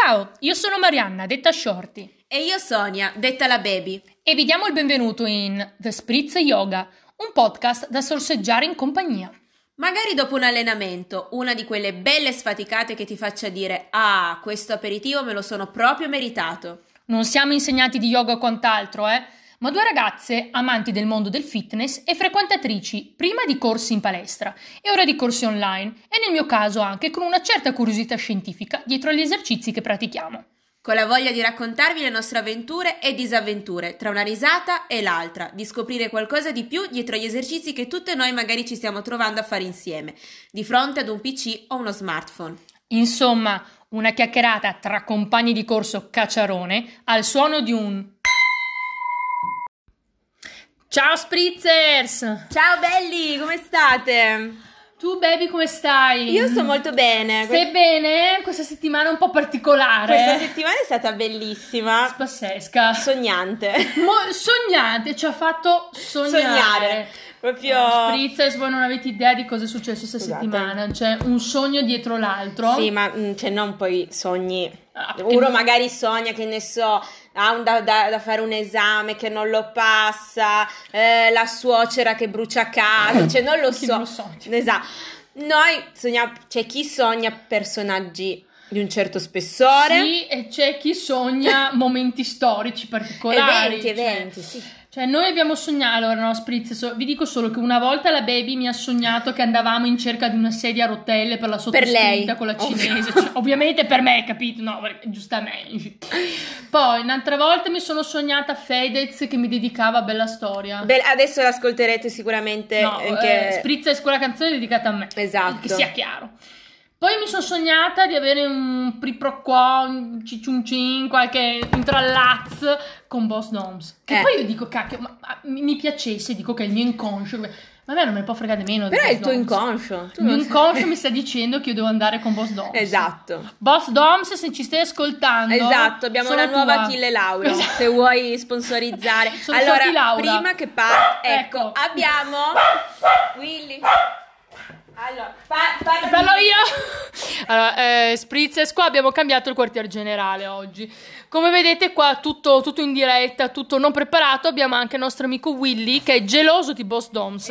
Ciao, io sono Marianna, detta Shorty. E io Sonia, detta la Baby. E vi diamo il benvenuto in The Spritz Yoga, un podcast da sorseggiare in compagnia. Magari dopo un allenamento, una di quelle belle sfaticate che ti faccia dire «Ah, questo aperitivo me lo sono proprio meritato». Non siamo insegnanti di yoga o quant'altro, ma due ragazze amanti del mondo del fitness e frequentatrici prima di corsi in palestra e ora di corsi online e nel mio caso anche con una certa curiosità scientifica dietro agli esercizi che pratichiamo. Con la voglia di raccontarvi le nostre avventure e disavventure, tra una risata e l'altra, di scoprire qualcosa di più dietro agli esercizi che tutte noi magari ci stiamo trovando a fare insieme, di fronte ad un PC o uno smartphone. Insomma, una chiacchierata tra compagni di corso cacciarone al suono di un... Ciao Spritzers! Ciao belli, come state? Tu baby come stai? Io sto molto bene. Stai bene? Questa settimana è un po' particolare. Questa settimana è stata bellissima. Pazzesca. Sognante. Sognante, ci ha fatto sognare. Proprio... Spritzers, voi non avete idea di cosa è successo questa settimana. C'è un sogno dietro l'altro. Sì, ma non poi sogni. Uno magari sogna, che ne so, ha da fare un esame che non lo passa, la suocera che brucia casa, cioè non lo so. Esatto. Noi sogniamo, c'è chi sogna personaggi di un certo spessore. Sì, e c'è chi sogna momenti storici particolari. Eventi, sì. Cioè, noi abbiamo sognato, allora no, Spritz, vi dico solo che una volta la Baby mi ha sognato che andavamo in cerca di una sedia a rotelle per la sottoscritta con la cinese, cioè, ovviamente per me, capito? No, giustamente. Poi, un'altra volta mi sono sognata Fedez che mi dedicava a Bella Storia. Adesso l'ascolterete sicuramente. No, Spritz è quella canzone dedicata a me. Esatto. Che sia chiaro. Poi mi sono sognata di avere un pri pro quo, un cicciuncin, qualche intrallaz con Boss Doms. Che poi io dico, cacchio, ma mi piacesse, dico che è il mio inconscio. Ma a me non me ne può fregare meno. Però è il tuo inconscio. Il mio inconscio mi sta dicendo che io devo andare con Boss Doms. Esatto. Boss Doms, se ci stai ascoltando. Esatto, abbiamo una nuova Achille Lauro. Esatto. Se vuoi sponsorizzare. Allora, prima che ecco, abbiamo Willy. Allora, parlo io. Allora, Spritzers, qua abbiamo cambiato il quartier generale oggi. Come vedete qua tutto in diretta, tutto non preparato. Abbiamo anche il nostro amico Willy che è geloso di Boss Doms. È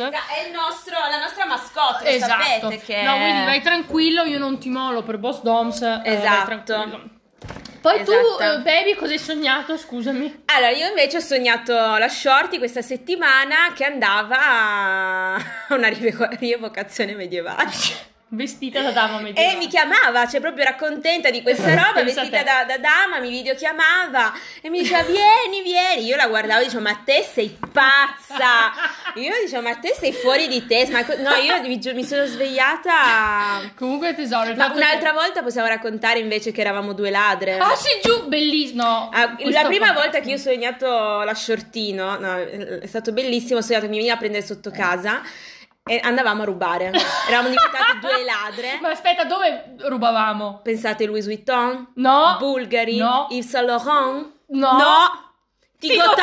la nostra mascotte, esatto. Sapete che... No, Willy, vai tranquillo, io non ti mollo per Boss Doms. Esatto. Poi tu, baby, cosa hai sognato? Scusami. Allora, io invece ho sognato la Shorty questa settimana che andava a una rievocazione medievale. Vestita da dama medievale. E mi chiamava, cioè proprio era contenta di questa roba, vestita da dama, mi videochiamava e mi diceva vieni. Io la guardavo e dicevo ma te sei pazza. Io dicevo ma te sei fuori di testa. No, io mi sono svegliata. Comunque tesoro. Ma un'altra volta possiamo raccontare invece che eravamo due ladre. Ah sì, giù, bellissimo. La prima volta che io ho sognato la Shortino, no, è stato bellissimo, ho sognato che mi veniva a prendere sotto casa. E andavamo a rubare. Eravamo diventate due ladre. Ma aspetta, dove rubavamo? Pensate Louis Vuitton? No. Bulgari? No. Yves Saint Laurent? No. Tigotà.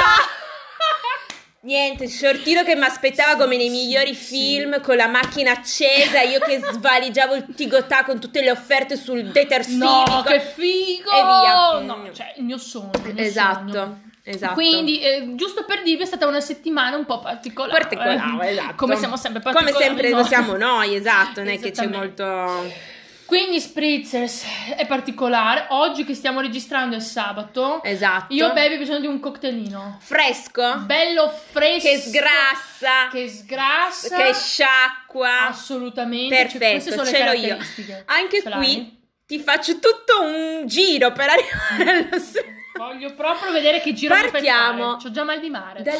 Niente, Shortino che mi aspettava come nei migliori film, con la macchina accesa, io che svaligiavo il Tigotà con tutte le offerte sul detersivo. No, che figo! E via. No, cioè il mio sogno. Esatto. Quindi, giusto per dirvi, è stata una settimana un po' particolare. Esatto. Come siamo sempre particolari. Come sempre lo siamo noi, esatto, non è che c'è molto... Quindi Spritzers è particolare. Oggi che stiamo registrando è sabato. Esatto. Io baby ho bisogno di un cocktailino fresco, bello fresco, che sgrassa, che sciacqua. Assolutamente. Perfetto, ce l'ho io. Anche qui ti faccio tutto un giro per arrivare allo Voglio proprio vedere che giro partiamo. C'ho già mal di mare. Dal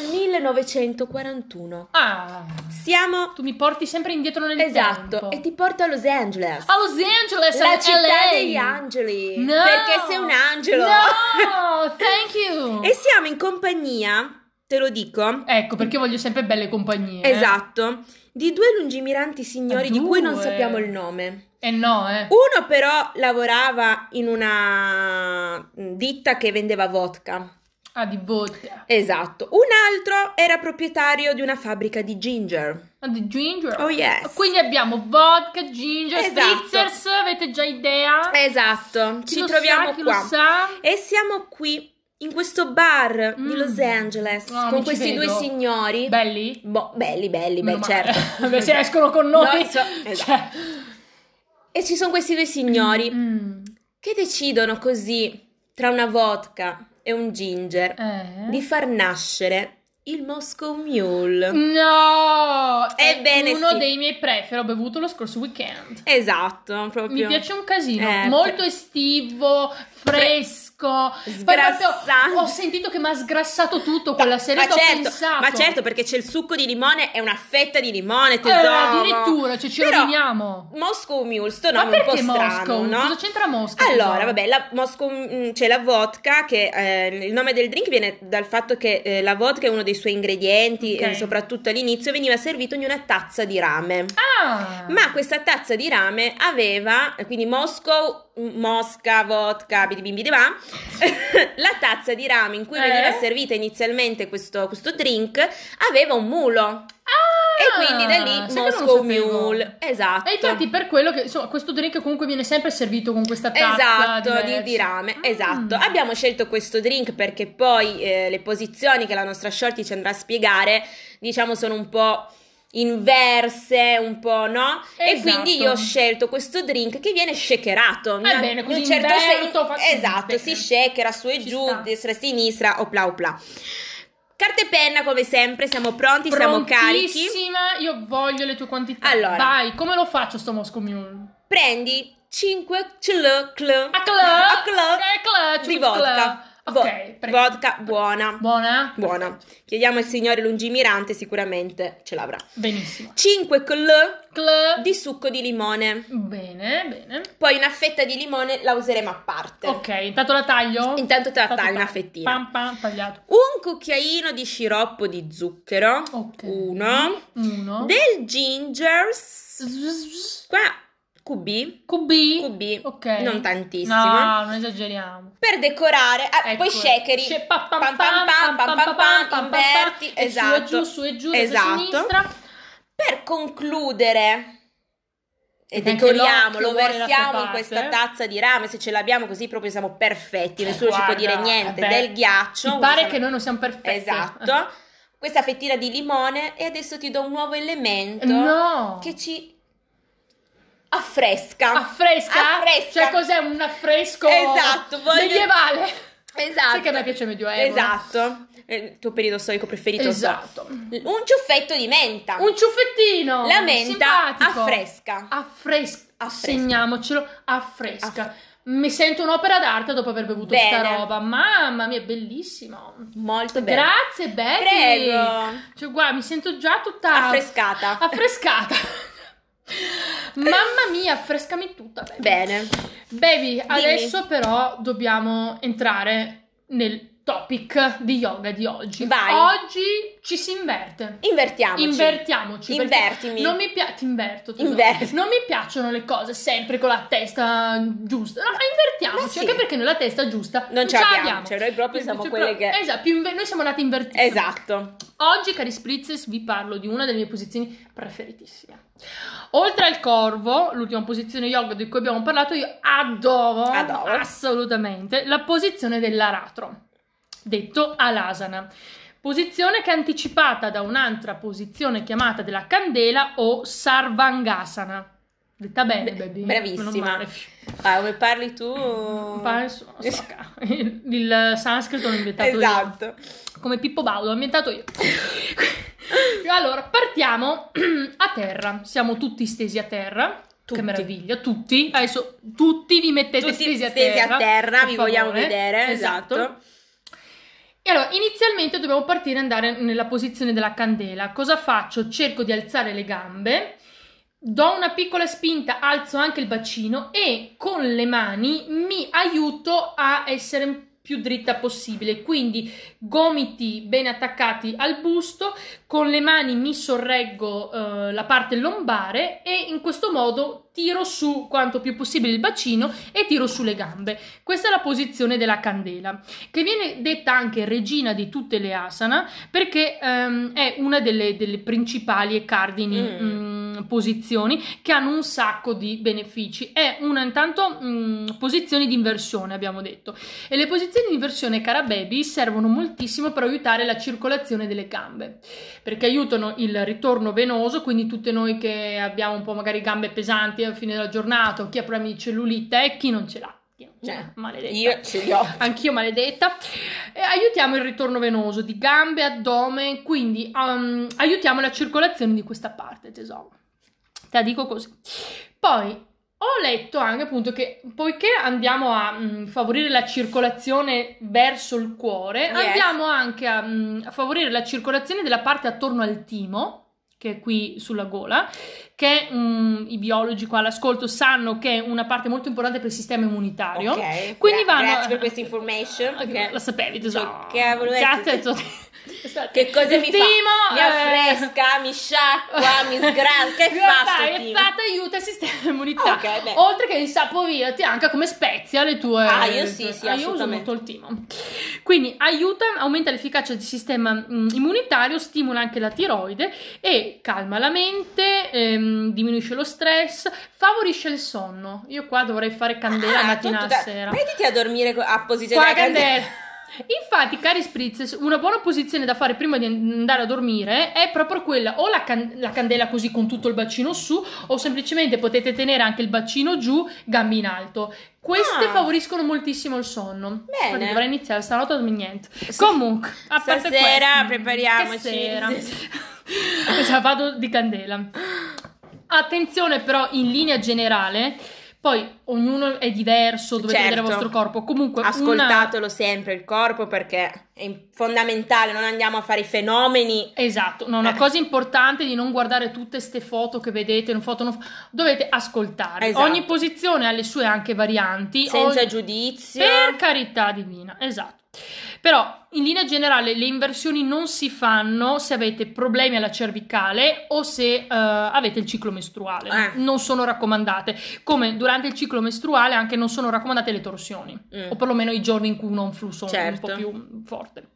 1941. Tu mi porti sempre indietro nel tempo. Esatto. E ti porto a Los Angeles. A Los Angeles, la città LA. degli angeli. No. Perché sei un angelo. No, thank you. E siamo in compagnia, te lo dico. Ecco, perché voglio sempre belle compagnie. Esatto. Di due lungimiranti signori di cui non sappiamo il nome. Uno però lavorava in una ditta che vendeva vodka. di vodka. Esatto. Un altro era proprietario di una fabbrica di ginger. Di ginger? Oh yes. Quindi abbiamo vodka, ginger, Esatto. spritzers, avete già idea? Esatto, Chi ci lo troviamo sa, chi qua. Lo sa? E siamo qui in questo bar di Los Angeles con questi due signori. Belli? Belli, certo. Vabbè, se escono con noi. Esatto. Cioè. E ci sono questi due signori che decidono così, tra una vodka e un ginger, di far nascere il Moscow Mule. No! Ebbene, è uno sì. dei miei prefer, ho bevuto lo scorso weekend. Esatto, proprio. Mi piace un casino, molto estivo, fresco. Sgrassante. Ho sentito che mi ha sgrassato tutto quella sera. Ma certo, perché c'è il succo di limone e una fetta di limone, tesoro. Addirittura, ci roviniamo. Moscow Mule, sto nome un po' strano, Moscow? no? Cosa c'entra Moscow? Allora, vabbè, c'è la vodka, che il nome del drink viene dal fatto che la vodka è uno dei suoi ingredienti, soprattutto all'inizio veniva servito in una tazza di rame. Ma questa tazza di rame aveva, quindi Mosca, vodka, bidibimbidiva, la tazza di rame in cui veniva servita inizialmente questo drink aveva un mulo. E quindi da lì Moscow Mule. Esatto. E infatti per quello che insomma questo drink comunque viene sempre servito con questa tazza di rame. Esatto. Abbiamo scelto questo drink perché poi le posizioni che la nostra Shorty ci andrà a spiegare, diciamo, sono un po' inverse, un po', no? Esatto. E quindi io ho scelto questo drink che viene shakerato. Bene, così in un certo senso. Esatto, bene. si shakera su e giù, destra e sinistra, opla opla. Carta e penna, come sempre, siamo pronti, siamo carichi. Io voglio le tue quantità. Allora, vai, come lo faccio sto Moscow Mule? Prendi 5 di vodka. Vodka buona. Buona. Chiediamo al signore lungimirante, sicuramente ce l'avrà. Benissimo. 5 di succo di limone. Bene. Poi una fetta di limone la useremo a parte. Ok, intanto la taglio? Intanto te la taglio, una fettina. Tagliato. Un cucchiaino di sciroppo di zucchero. Ok. Uno. Del ginger. Qua. QB. Ok. Non tantissimo. No, non esageriamo. Per decorare, poi shakeri. Inverti. Esatto. Su e giù, destra e sinistra. Per concludere, e decoriamo, lo versiamo in questa tazza di rame, se ce l'abbiamo, così proprio siamo perfetti, nessuno ci può dire niente. Del ghiaccio. Ti pare che noi non siamo perfetti. Esatto. Questa fettina di limone, e adesso ti do un nuovo elemento che ci affresca. Cioè cos'è un affresco? Esatto, medievale. Esatto. Sai che a me piace medioevo. Esatto. Il tuo periodo storico preferito. Esatto. Un ciuffetto di menta. Un ciuffettino. La menta simpatico. Affresca. Segniamocelo. Affresca. Mi sento un'opera d'arte dopo aver bevuto sta roba. Mamma mia, bellissimo. Molto bene. Grazie, Betty. Prego. Cioè, guarda, mi sento già tutta affrescata. Mamma mia, affrescami tutta. Bene. Baby, adesso però dobbiamo entrare nel topic di yoga di oggi. Vai. Oggi ci si inverte. Invertiamoci. Invertimi. Non mi piace. Ti inverto. Inverti. Non mi piacciono le cose sempre con la testa giusta. No, invertiamoci. Anche perché noi la testa giusta non ce l'abbiamo. Cioè, noi proprio siamo quelle che. Esatto, noi siamo nati invertiti. Esatto. Oggi, cari spritzes, vi parlo di una delle mie posizioni preferitissime. Oltre al corvo, l'ultima posizione yoga di cui abbiamo parlato, io adoro assolutamente la posizione dell'aratro, detto alasana, posizione che è anticipata da un'altra posizione chiamata della candela o sarvangasana. Detta bene, baby. Bravissima. Come parli tu? Il sanscrito l'ho inventato io. Come Pippo Baudo, l'ho inventato io. Allora, partiamo a terra. Siamo tutti stesi a terra. Che meraviglia, tutti. Adesso tutti vi mettete stesi a terra. Vi vogliamo vedere. Esatto. E allora, inizialmente dobbiamo partire e andare nella posizione della candela. Cosa faccio? Cerco di alzare le gambe, do una piccola spinta, alzo anche il bacino e con le mani mi aiuto a essere più dritta possibile, quindi gomiti bene attaccati al busto, con le mani mi sorreggo la parte lombare e in questo modo tiro su quanto più possibile il bacino e tiro su le gambe. Questa è la posizione della candela, che viene detta anche regina di tutte le asana perché è una delle principali e cardini posizioni che hanno un sacco di benefici. È una intanto posizione di inversione, abbiamo detto, e le posizioni di inversione, cara baby, servono moltissimo per aiutare la circolazione delle gambe, perché aiutano il ritorno venoso, quindi tutte noi che abbiamo un po' magari gambe pesanti alla fine della giornata, o chi ha problemi di cellulite e chi non ce l'ha. Maledetta. Io ce li ho. Anch'io maledetta. Aiutiamo il ritorno venoso di gambe, addome, quindi aiutiamo la circolazione di questa parte, tesoro. Te la dico così. Poi ho letto anche appunto che poiché andiamo a favorire la circolazione verso il cuore, andiamo anche a favorire la circolazione della parte attorno al timo, che è qui sulla gola, che i biologi qua all'ascolto sanno che è una parte molto importante per il sistema immunitario. Ok, quindi grazie per questa information. La sapevi, tesoro. Grazie. Che cosa mi fa? Mi affresca, mi sciacqua, mi sgrana. Che fa sto timo? Aiuta il sistema immunitario. Oltre che insaporirti anche come spezia le tue. Io sì, io uso molto il timo. Quindi aumenta l'efficacia del sistema immunitario, stimola anche la tiroide e calma la mente, diminuisce lo stress, favorisce il sonno. Io qua dovrei fare candela mattina e sera. Mettiti a dormire a posizione della candela. Infatti, cari spritz, una buona posizione da fare prima di andare a dormire è proprio quella, o la candela così con tutto il bacino su, o semplicemente potete tenere anche il bacino giù, gambe in alto. Queste favoriscono moltissimo il sonno. Bene. Quindi dovrei iniziare stanotte a dormire niente. Comunque, a parte stasera prepariamoci. Sera. Vado di candela. Attenzione però, in linea generale, poi ognuno è diverso, dovete vedere il vostro corpo. Comunque ascoltatelo sempre il corpo, perché è fondamentale, non andiamo a fare i fenomeni. Esatto, una cosa importante è di non guardare tutte ste foto che vedete, dovete ascoltare. Esatto. Ogni posizione ha le sue anche varianti. Senza giudizio. Per carità divina, esatto. Però in linea generale le inversioni non si fanno se avete problemi alla cervicale o se avete il ciclo mestruale. Non sono raccomandate. Come durante il ciclo mestruale anche non sono raccomandate le torsioni, o perlomeno i giorni in cui uno ha un flusso un po' più forte.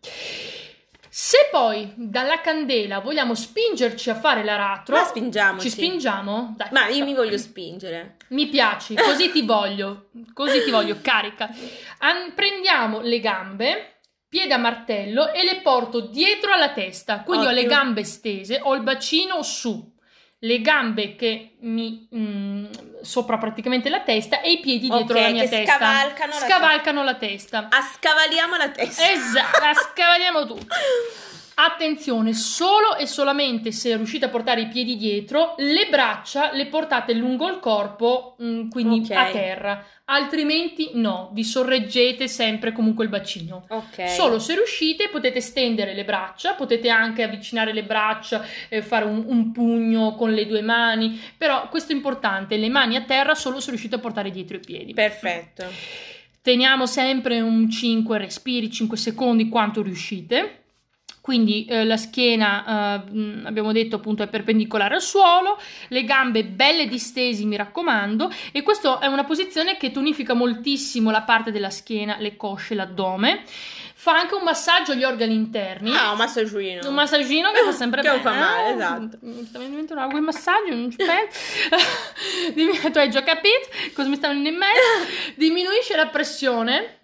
Se poi dalla candela vogliamo spingerci a fare l'aratro, spingiamoci. Ci spingiamo? Dai, ma io mi voglio spingere. Mi piaci, così ti voglio, carica. Prendiamo le gambe, piede a martello, e le porto dietro alla testa, quindi ho le gambe stese, ho il bacino su, le gambe che mi sopra praticamente la testa e i piedi dietro la mia testa, scavalcano la testa. Scavaliamo la testa. Esatto, la scavaliamo tutto. Attenzione, solo e solamente se riuscite a portare i piedi dietro, le braccia le portate lungo il corpo, quindi a terra, altrimenti no, vi sorreggete sempre comunque il bacino. Solo se riuscite potete stendere le braccia, potete anche avvicinare le braccia, fare un pugno con le due mani, però questo è importante, le mani a terra solo se riuscite a portare dietro i piedi. Perfetto. Teniamo sempre un 5 respiri, 5 secondi, quanto riuscite. Quindi la schiena, abbiamo detto appunto, è perpendicolare al suolo, le gambe belle distesi, mi raccomando, e questa è una posizione che tonifica moltissimo la parte della schiena, le cosce, l'addome. Fa anche un massaggio agli organi interni. Un massaggino. Un massaggino che fa sempre bene. Che non fa male, esatto. Mi sta venendo un massaggio, non ci penso. Tu hai già capito cosa mi sta venendo in mente. Diminuisce la pressione.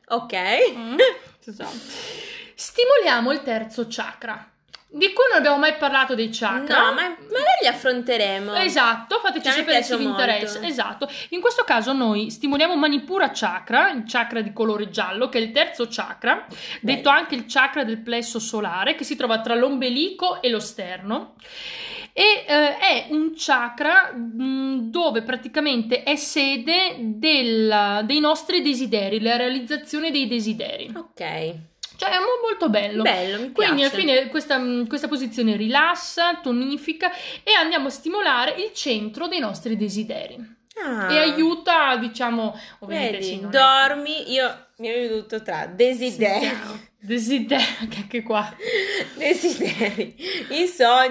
Esatto. Stimoliamo il terzo chakra, di cui non abbiamo mai parlato dei chakra. No, ma magari li affronteremo. Esatto, fateci sapere se vi interessa. Esatto. In questo caso noi stimoliamo Manipura chakra, il chakra di colore giallo, che è il terzo chakra, detto anche il chakra del plesso solare, che si trova tra l'ombelico e lo sterno. E è un chakra dove praticamente è sede dei nostri desideri, la realizzazione dei desideri. Cioè è molto bello, mi piace. Quindi alla fine questa posizione rilassa, tonifica e andiamo a stimolare il centro dei nostri desideri. E aiuta, diciamo, ovviamente dormi, io mi è venuto tra desideri. Desideri, che anche qua. Desideri. I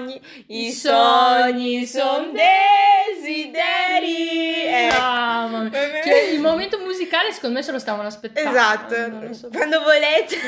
sogni sono desideri. Cioè, il momento musicale secondo me se lo stavano aspettando. Esatto. So. Quando volete.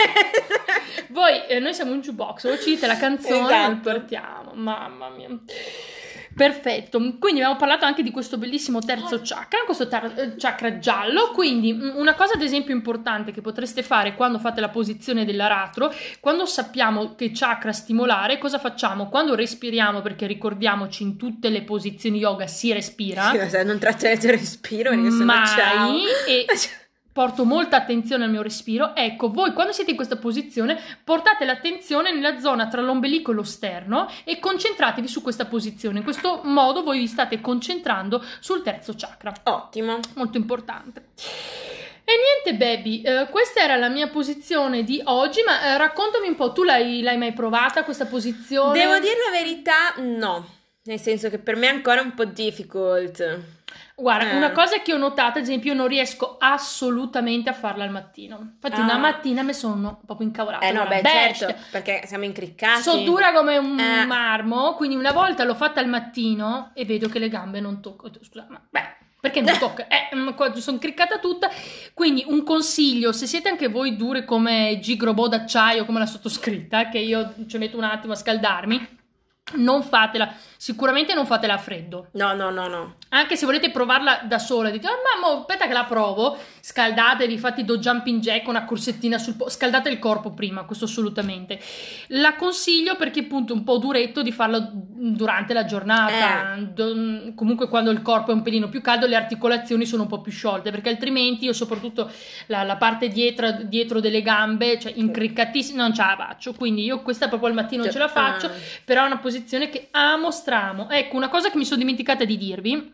Noi siamo un jukebox, voi ci dite la canzone e lo partiamo. Mamma mia. Perfetto, quindi abbiamo parlato anche di questo bellissimo terzo chakra, questo chakra giallo. Quindi una cosa ad esempio importante che potreste fare quando fate la posizione dell'aratro, quando sappiamo che chakra stimolare, cosa facciamo? Quando respiriamo, perché ricordiamoci in tutte le posizioni yoga si respira, non trattenete il respiro perché sennò mai, e porto molta attenzione al mio respiro. Ecco, voi quando siete in questa posizione portate l'attenzione nella zona tra l'ombelico e lo sterno e concentratevi su questa posizione. In questo modo voi vi state concentrando sul terzo chakra. Ottimo. Molto importante. E niente baby, questa era la mia posizione di oggi, ma raccontami un po', tu l'hai mai provata questa posizione? Devo dire la verità, no, nel senso che per me è ancora un po' difficult. Guarda, una cosa che ho notato, ad esempio, io non riesco assolutamente a farla al mattino. Infatti una mattina mi sono proprio incavolata. No, beh, certo, perché siamo incriccati. Sono dura come un marmo, quindi una volta l'ho fatta al mattino e vedo che le gambe non toccano. Scusa, ma perché non tocca? Sono criccata tutta. Quindi un consiglio, se siete anche voi dure come gigrobò d'acciaio, come la sottoscritta, che io ci metto un attimo a scaldarmi, non fatela, sicuramente non fatela a freddo. No. Anche se volete provarla da sola, dite mamma aspetta che la provo, scaldatevi, fate do jumping jack, una corsettina scaldate il corpo prima, questo assolutamente. La consiglio perché appunto è un po' duretto di farlo durante la giornata, comunque quando il corpo è un pelino più caldo le articolazioni sono un po' più sciolte, perché altrimenti io soprattutto la parte dietro delle gambe, cioè incriccatissima, non ce la faccio, quindi io questa proprio al mattino non ce la faccio, però è una posizione che amo stramo. Ecco, una cosa che mi sono dimenticata di dirvi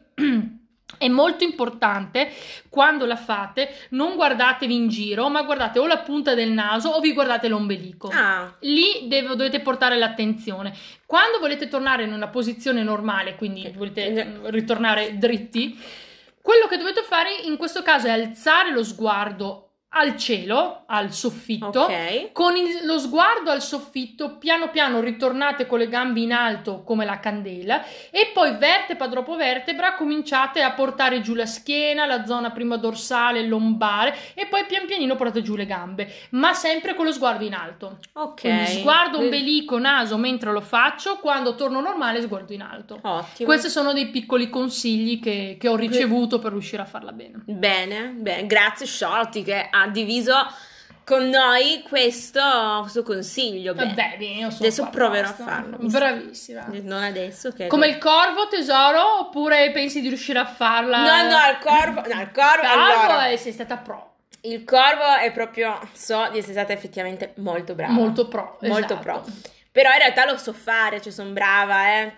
è molto importante quando la fate, non guardatevi in giro, ma guardate o la punta del naso o vi guardate l'ombelico. Lì dovete portare l'attenzione. Quando volete tornare in una posizione normale, quindi volete ritornare dritti, quello che dovete fare in questo caso è alzare lo sguardo al cielo, al soffitto, con lo sguardo al soffitto piano piano ritornate con le gambe in alto come la candela e poi vertebra dopo vertebra cominciate a portare giù la schiena, la zona prima dorsale, lombare e poi pian pianino portate giù le gambe, ma sempre con lo sguardo in alto. Quindi sguardo ombelico, naso mentre lo faccio, quando torno normale sguardo in alto. Ottimo. Questi sono dei piccoli consigli che ho ricevuto per riuscire a farla bene. Bene, grazie Sciolti che ha diviso con noi questo consiglio. Vabbè, io sono adesso proverò a farlo. Bravissima. Non adesso che come il corvo tesoro, oppure pensi di riuscire a farla? No, il corvo allora, sei stata pro. Il corvo è proprio, so di essere stata effettivamente molto brava. Molto pro. Però in realtà lo so fare, cioè sono brava,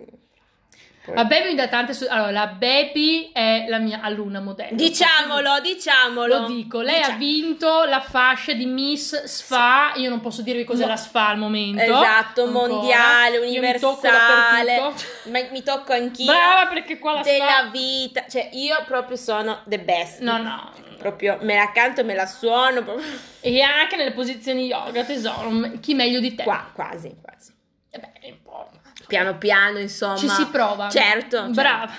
La Baby mi dà tante allora, la Baby è la mia alunna modello. Diciamolo. Lo dico, lei ha vinto la fascia di Miss SFA. Io non posso dirvi cos'è la SFA al momento. Esatto, ancora. Mondiale, universale. Mi tocco anch'io. Brava, perché qua la della SFA vita. Cioè, io proprio sono the best. No. Proprio me la canto, me la suono. Proprio. E anche nelle posizioni yoga, tesoro. Chi meglio di te? Quasi. Beh, non importa. Piano piano, insomma. Ci si prova. Certo. Brava.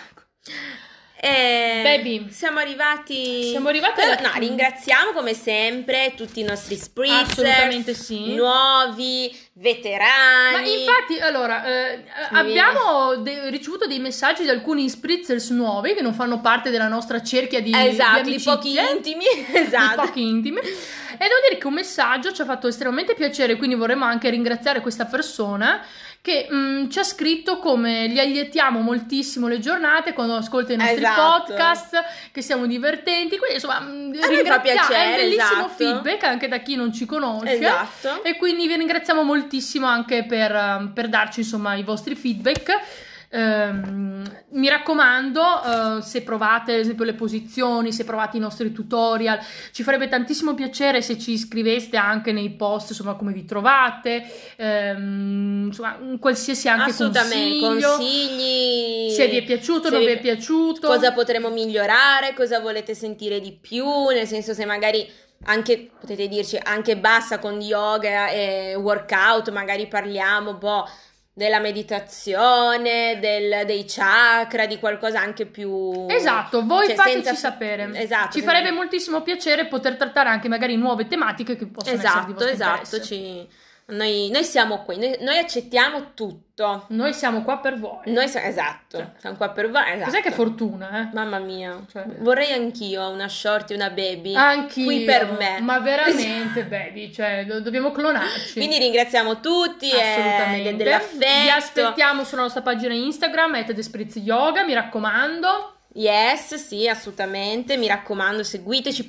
Baby, siamo arrivati alla ringraziamo come sempre tutti i nostri spritzer, assolutamente sì, nuovi, veterani. Ma infatti allora abbiamo ricevuto dei messaggi di alcuni spritzers nuovi che non fanno parte della nostra cerchia di di pochi intimi, esatto, di pochi intimi, e devo dire che un messaggio ci ha fatto estremamente piacere, quindi vorremmo anche ringraziare questa persona che ci ha scritto come gli allietiamo moltissimo le giornate quando ascolta i nostri podcast, che siamo divertenti, quindi insomma a me fa piacere, è un bellissimo feedback anche da chi non ci conosce, esatto, e quindi vi ringraziamo moltissimo anche per darci insomma i vostri feedback. Mi raccomando, se provate ad esempio le posizioni, se provate i nostri tutorial, ci farebbe tantissimo piacere se ci scriveste anche nei post, insomma, come vi trovate, insomma, qualsiasi anche consigli, se vi è piaciuto, non vi è piaciuto, cosa potremo migliorare, cosa volete sentire di più, nel senso, se magari anche potete dirci anche basta con yoga e workout, magari parliamo un po' della meditazione, dei chakra, di qualcosa anche più... Esatto, voi fateci sapere. Esatto, ci farebbe moltissimo piacere poter trattare anche magari nuove tematiche che possono essere di vostro interesse. Noi siamo qui, noi accettiamo tutto. Noi siamo qua per voi. Esatto, siamo qua per voi. Esatto. Cos'è che fortuna, eh? Mamma mia, vorrei anch'io una shorty, una baby. Anch'io. Qui per me. Ma veramente, baby, cioè dobbiamo clonarci. Quindi ringraziamo tutti dell'affetto. Vi aspettiamo sulla nostra pagina Instagram @desprezyoga, mi raccomando. Yes, sì, assolutamente, mi raccomando, seguiteci,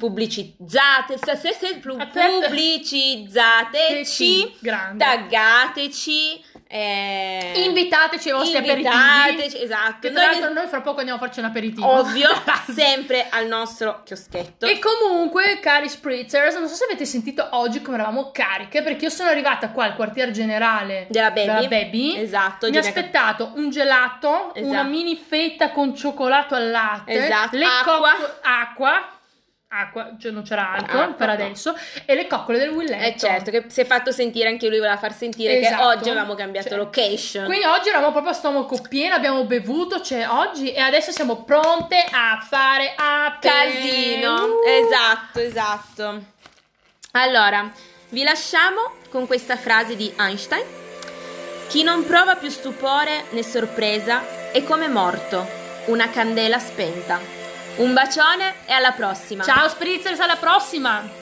pubblicizzateci, taggateci, invitateci ai vostri aperitivi. Esatto. Che tra l'altro noi fra poco andiamo a farci un aperitivo. Ovvio, sempre al nostro chioschetto. E comunque, cari spritzers, non so se avete sentito oggi come eravamo cariche, perché io sono arrivata qua al quartier generale della baby. Esatto. Mi ha aspettato un gelato, una mini fetta con cioccolato al latte, esatto. acqua, cioè non c'era alcol per adesso, e le coccole del Willetto. Certo, che si è fatto sentire, anche lui voleva far sentire, esatto, che oggi avevamo cambiato location. Quindi oggi eravamo proprio a stomaco pieno, abbiamo bevuto, oggi, e adesso siamo pronte a fare casino. Esatto. Allora, vi lasciamo con questa frase di Einstein: chi non prova più stupore né sorpresa è come morto, una candela spenta. Un bacione e alla prossima. Ciao spritzers, alla prossima.